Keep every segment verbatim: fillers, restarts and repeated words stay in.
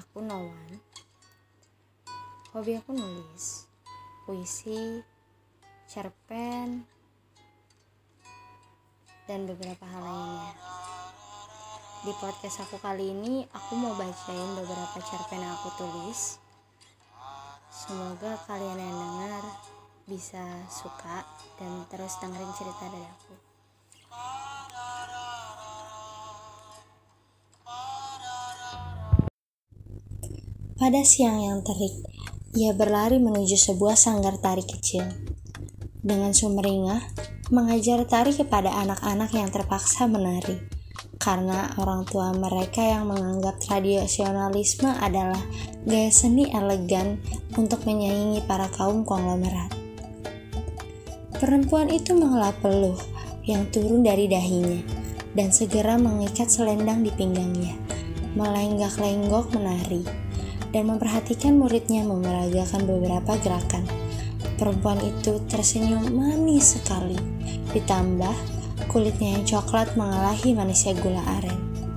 aku Nowan. Hobi aku nulis, puisi, cerpen, dan beberapa hal lainnya. Di podcast aku kali ini, aku mau bacain beberapa cerpen yang aku tulis. Semoga kalian yang dengar bisa suka dan terus dengerin cerita dari aku. Pada siang yang terik, ia berlari menuju sebuah sanggar tari kecil. Dengan sumringah, mengajar tari kepada anak-anak yang terpaksa menari, karena orang tua mereka yang menganggap tradisionalisme adalah gaya seni elegan untuk menyaingi para kaum konglomerat. Perempuan itu menghela peluh yang turun dari dahinya, dan segera mengikat selendang di pinggangnya, melenggak-lenggok menari, dan memperhatikan muridnya memeragakan beberapa gerakan. Perempuan itu tersenyum manis sekali, ditambah kulitnya yang coklat mengalahi manisnya gula aren.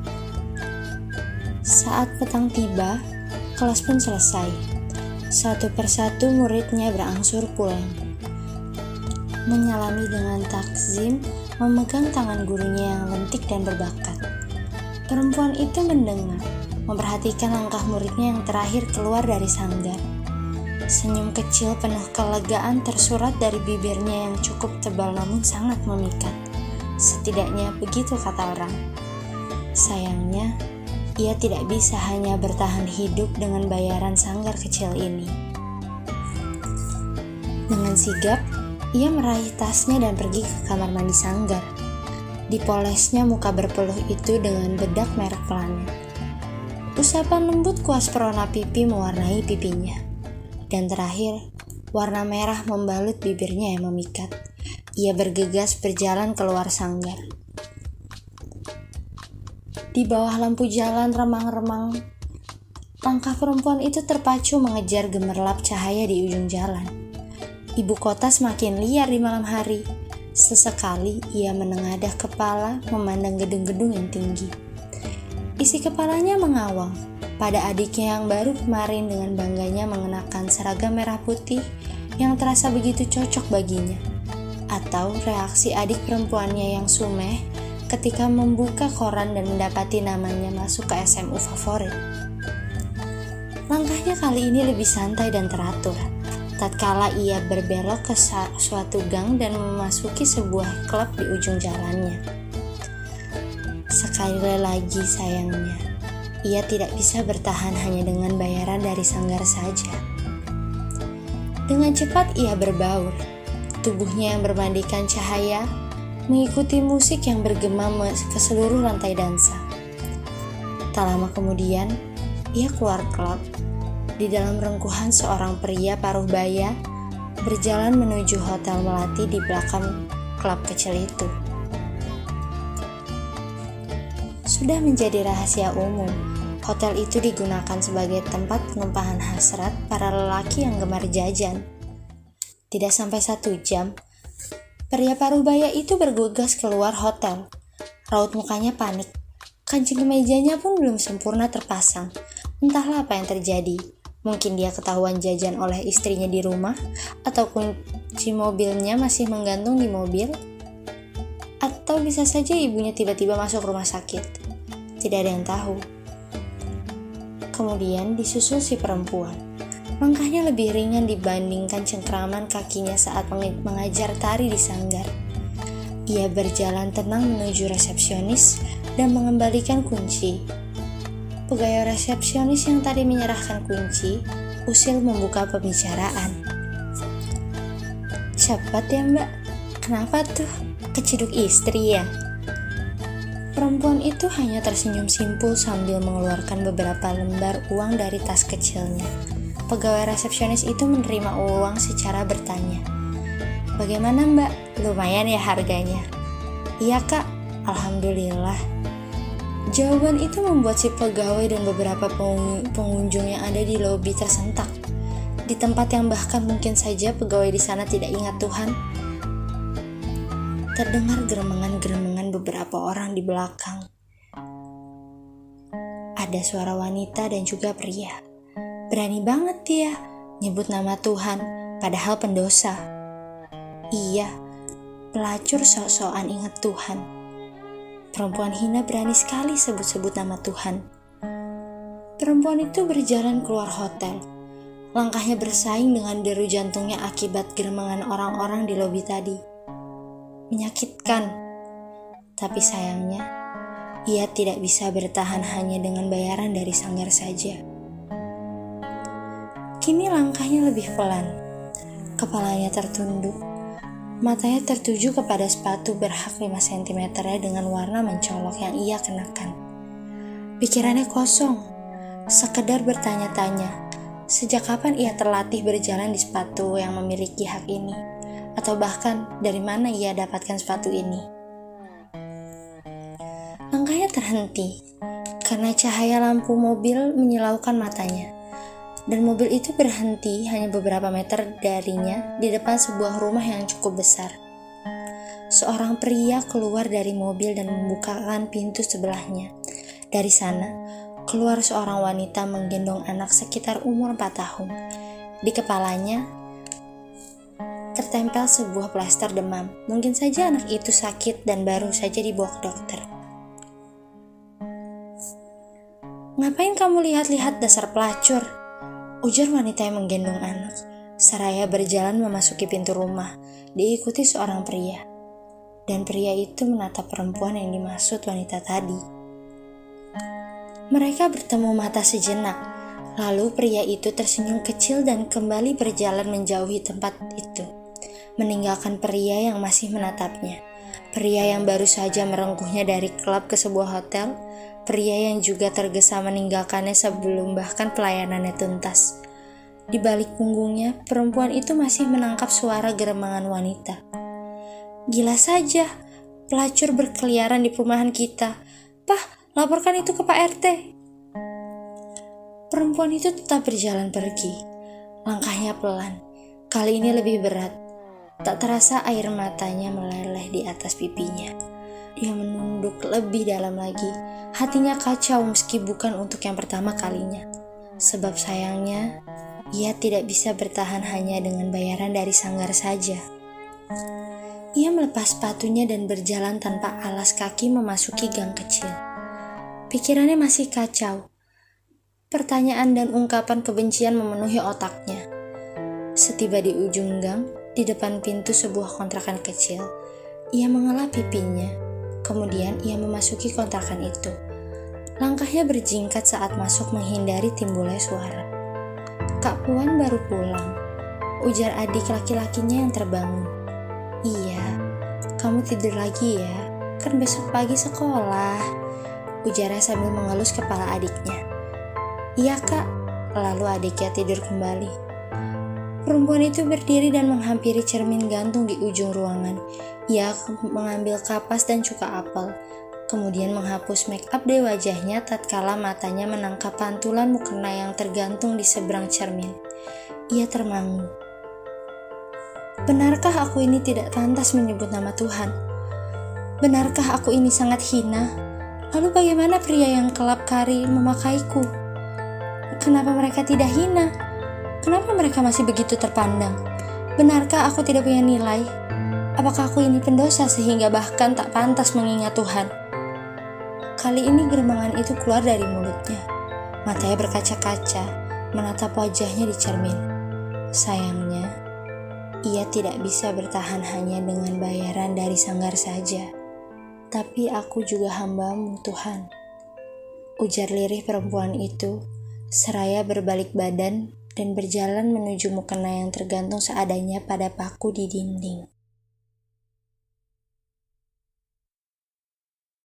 Saat petang tiba, kelas pun selesai. Satu persatu muridnya berangsur pulang. Menyalami dengan takzim, memegang tangan gurunya yang lentik dan berbakat. Perempuan itu mendengar, memperhatikan langkah muridnya yang terakhir keluar dari sanggar. Senyum kecil penuh kelegaan tersurat dari bibirnya yang cukup tebal namun sangat memikat. Setidaknya begitu kata orang. Sayangnya, ia tidak bisa hanya bertahan hidup dengan bayaran sanggar kecil ini. Dengan sigap, ia meraih tasnya dan pergi ke kamar mandi sanggar. Dipolesnya muka berpeluh itu dengan bedak merek Planet. Usapan lembut kuas perona pipi mewarnai pipinya. Dan terakhir, warna merah membalut bibirnya yang memikat. Ia bergegas berjalan keluar sanggar. Di bawah lampu jalan remang-remang, langkah perempuan itu terpacu mengejar gemerlap cahaya di ujung jalan. Ibu kota semakin liar di malam hari. Sesekali ia menengadah kepala memandang gedung-gedung yang tinggi. Isi kepalanya mengawang pada adiknya yang baru kemarin dengan bangganya mengenakan seragam merah putih yang terasa begitu cocok baginya. Atau reaksi adik perempuannya yang sumeh ketika membuka koran dan mendapati namanya masuk ke S M U favorit. Langkahnya kali ini lebih santai dan teratur. Tatkala ia berbelok ke suatu gang dan memasuki sebuah klub di ujung jalannya. Sekali lagi sayangnya, ia tidak bisa bertahan hanya dengan bayaran dari sanggar saja. Dengan cepat ia berbaur, tubuhnya yang bermandikan cahaya, mengikuti musik yang bergema ke seluruh lantai dansa. Tak lama kemudian, ia keluar klub. Di dalam rengkuhan seorang pria paruh baya, berjalan menuju hotel melati di belakang klub kecil itu. Sudah menjadi rahasia umum, hotel itu digunakan sebagai tempat penumpahan hasrat para lelaki yang gemar jajan. Tidak sampai satu jam, pria paruh baya itu bergegas keluar hotel. Raut mukanya panik, kancing kemejanya pun belum sempurna terpasang. Entahlah apa yang terjadi. Mungkin dia ketahuan jajan oleh istrinya di rumah, atau kunci mobilnya masih menggantung di mobil, atau bisa saja ibunya tiba-tiba masuk rumah sakit. Tidak ada yang tahu. Kemudian disusul si perempuan. Langkahnya lebih ringan dibandingkan cengkraman kakinya saat mengajar tari di sanggar. Ia berjalan tenang menuju resepsionis dan mengembalikan kunci. Pegawai resepsionis yang tadi menyerahkan kunci, usil membuka pembicaraan. Cepat ya mbak, kenapa tuh? Keciduk istri ya? Perempuan itu hanya tersenyum simpul sambil mengeluarkan beberapa lembar uang dari tas kecilnya. Pegawai resepsionis itu menerima uang secara bertanya. Bagaimana mbak? Lumayan ya harganya? Iya kak, alhamdulillah. Jawaban itu membuat si pegawai dan beberapa pengunjung yang ada di lobi tersentak. Di tempat yang bahkan mungkin saja pegawai di sana tidak ingat Tuhan. Terdengar geremengan-geremengan beberapa orang di belakang. Ada ada suara wanita dan juga pria. Berani banget dia nyebut nama Tuhan, padahal pendosa. Iya, pelacur sok-sokan ingat Tuhan. Perempuan hina berani sekali sebut-sebut nama Tuhan. Perempuan itu berjalan keluar hotel. Langkahnya bersaing dengan deru jantungnya akibat geremangan orang-orang di lobi tadi. Menyakitkan. Tapi sayangnya, ia tidak bisa bertahan hanya dengan bayaran dari sanggar saja. Kini langkahnya lebih pelan. Kepalanya tertunduk. Matanya tertuju kepada sepatu berhak lima sentimeter dengan warna mencolok yang ia kenakan. Pikirannya kosong, sekedar bertanya-tanya, sejak kapan ia terlatih berjalan di sepatu yang memiliki hak ini? Atau bahkan dari mana ia dapatkan sepatu ini? Langkahnya terhenti, karena cahaya lampu mobil menyilaukan matanya. Dan mobil itu berhenti hanya beberapa meter darinya di depan sebuah rumah yang cukup besar. Seorang pria keluar dari mobil dan membukakan pintu sebelahnya. Dari sana, keluar seorang wanita menggendong anak sekitar umur empat tahun. Di kepalanya tertempel sebuah plaster demam. Mungkin saja anak itu sakit dan baru saja dibawa ke dokter. "Ngapain kamu lihat-lihat, dasar pelacur?" ujar wanita yang menggendong anak, seraya berjalan memasuki pintu rumah, diikuti seorang pria. Dan pria itu menatap perempuan yang dimaksud wanita tadi. Mereka bertemu mata sejenak, lalu pria itu tersenyum kecil dan kembali berjalan menjauhi tempat itu, meninggalkan pria yang masih menatapnya. Pria yang baru saja merengkuhnya dari klub ke sebuah hotel, pria yang juga tergesa meninggalkannya sebelum bahkan pelayanannya tuntas. Di balik punggungnya, perempuan itu masih menangkap suara geremangan wanita. "Gila saja, pelacur berkeliaran di perumahan kita. Pah, laporkan itu ke Pak R T." Perempuan itu tetap berjalan pergi. Langkahnya pelan, kali ini lebih berat. Tak terasa air matanya meleleh di atas pipinya. Dia menunduk lebih dalam lagi. Hatinya kacau meski bukan untuk yang pertama kalinya. Sebab sayangnya, ia tidak bisa bertahan hanya dengan bayaran dari sanggar saja. Ia melepas sepatunya dan berjalan tanpa alas kaki memasuki gang kecil. Pikirannya masih kacau. Pertanyaan dan ungkapan kebencian memenuhi otaknya. Setiba di ujung gang, di depan pintu sebuah kontrakan kecil, ia menghela pipinya. Kemudian ia memasuki kontrakan itu. Langkahnya berjingkat saat masuk menghindari timbulnya suara. "Kak Puan baru pulang," ujar adik laki-lakinya yang terbangun. "Iya, kamu tidur lagi ya, kan besok pagi sekolah," ujarnya sambil mengelus kepala adiknya. "Iya kak," lalu adiknya tidur kembali. Perempuan itu berdiri dan menghampiri cermin gantung di ujung ruangan. Ia mengambil kapas dan cuka apel, kemudian menghapus make up dari wajahnya tatkala matanya menangkap pantulan mukena yang tergantung di seberang cermin. Ia termangu. "Benarkah aku ini tidak pantas menyebut nama Tuhan? Benarkah aku ini sangat hina? Lalu bagaimana pria yang kelap kari memakaiku? Kenapa mereka tidak hina? Kenapa mereka masih begitu terpandang? Benarkah aku tidak punya nilai? Apakah aku ini pendosa sehingga bahkan tak pantas mengingat Tuhan?" Kali ini geremangan itu keluar dari mulutnya. Matanya berkaca-kaca, menatap wajahnya di cermin. Sayangnya, ia tidak bisa bertahan hanya dengan bayaran dari sanggar saja. "Tapi aku juga hamba-Mu, Tuhan," ujar lirih perempuan itu, seraya berbalik badan dan berjalan menuju mukena yang tergantung seadanya pada paku di dinding.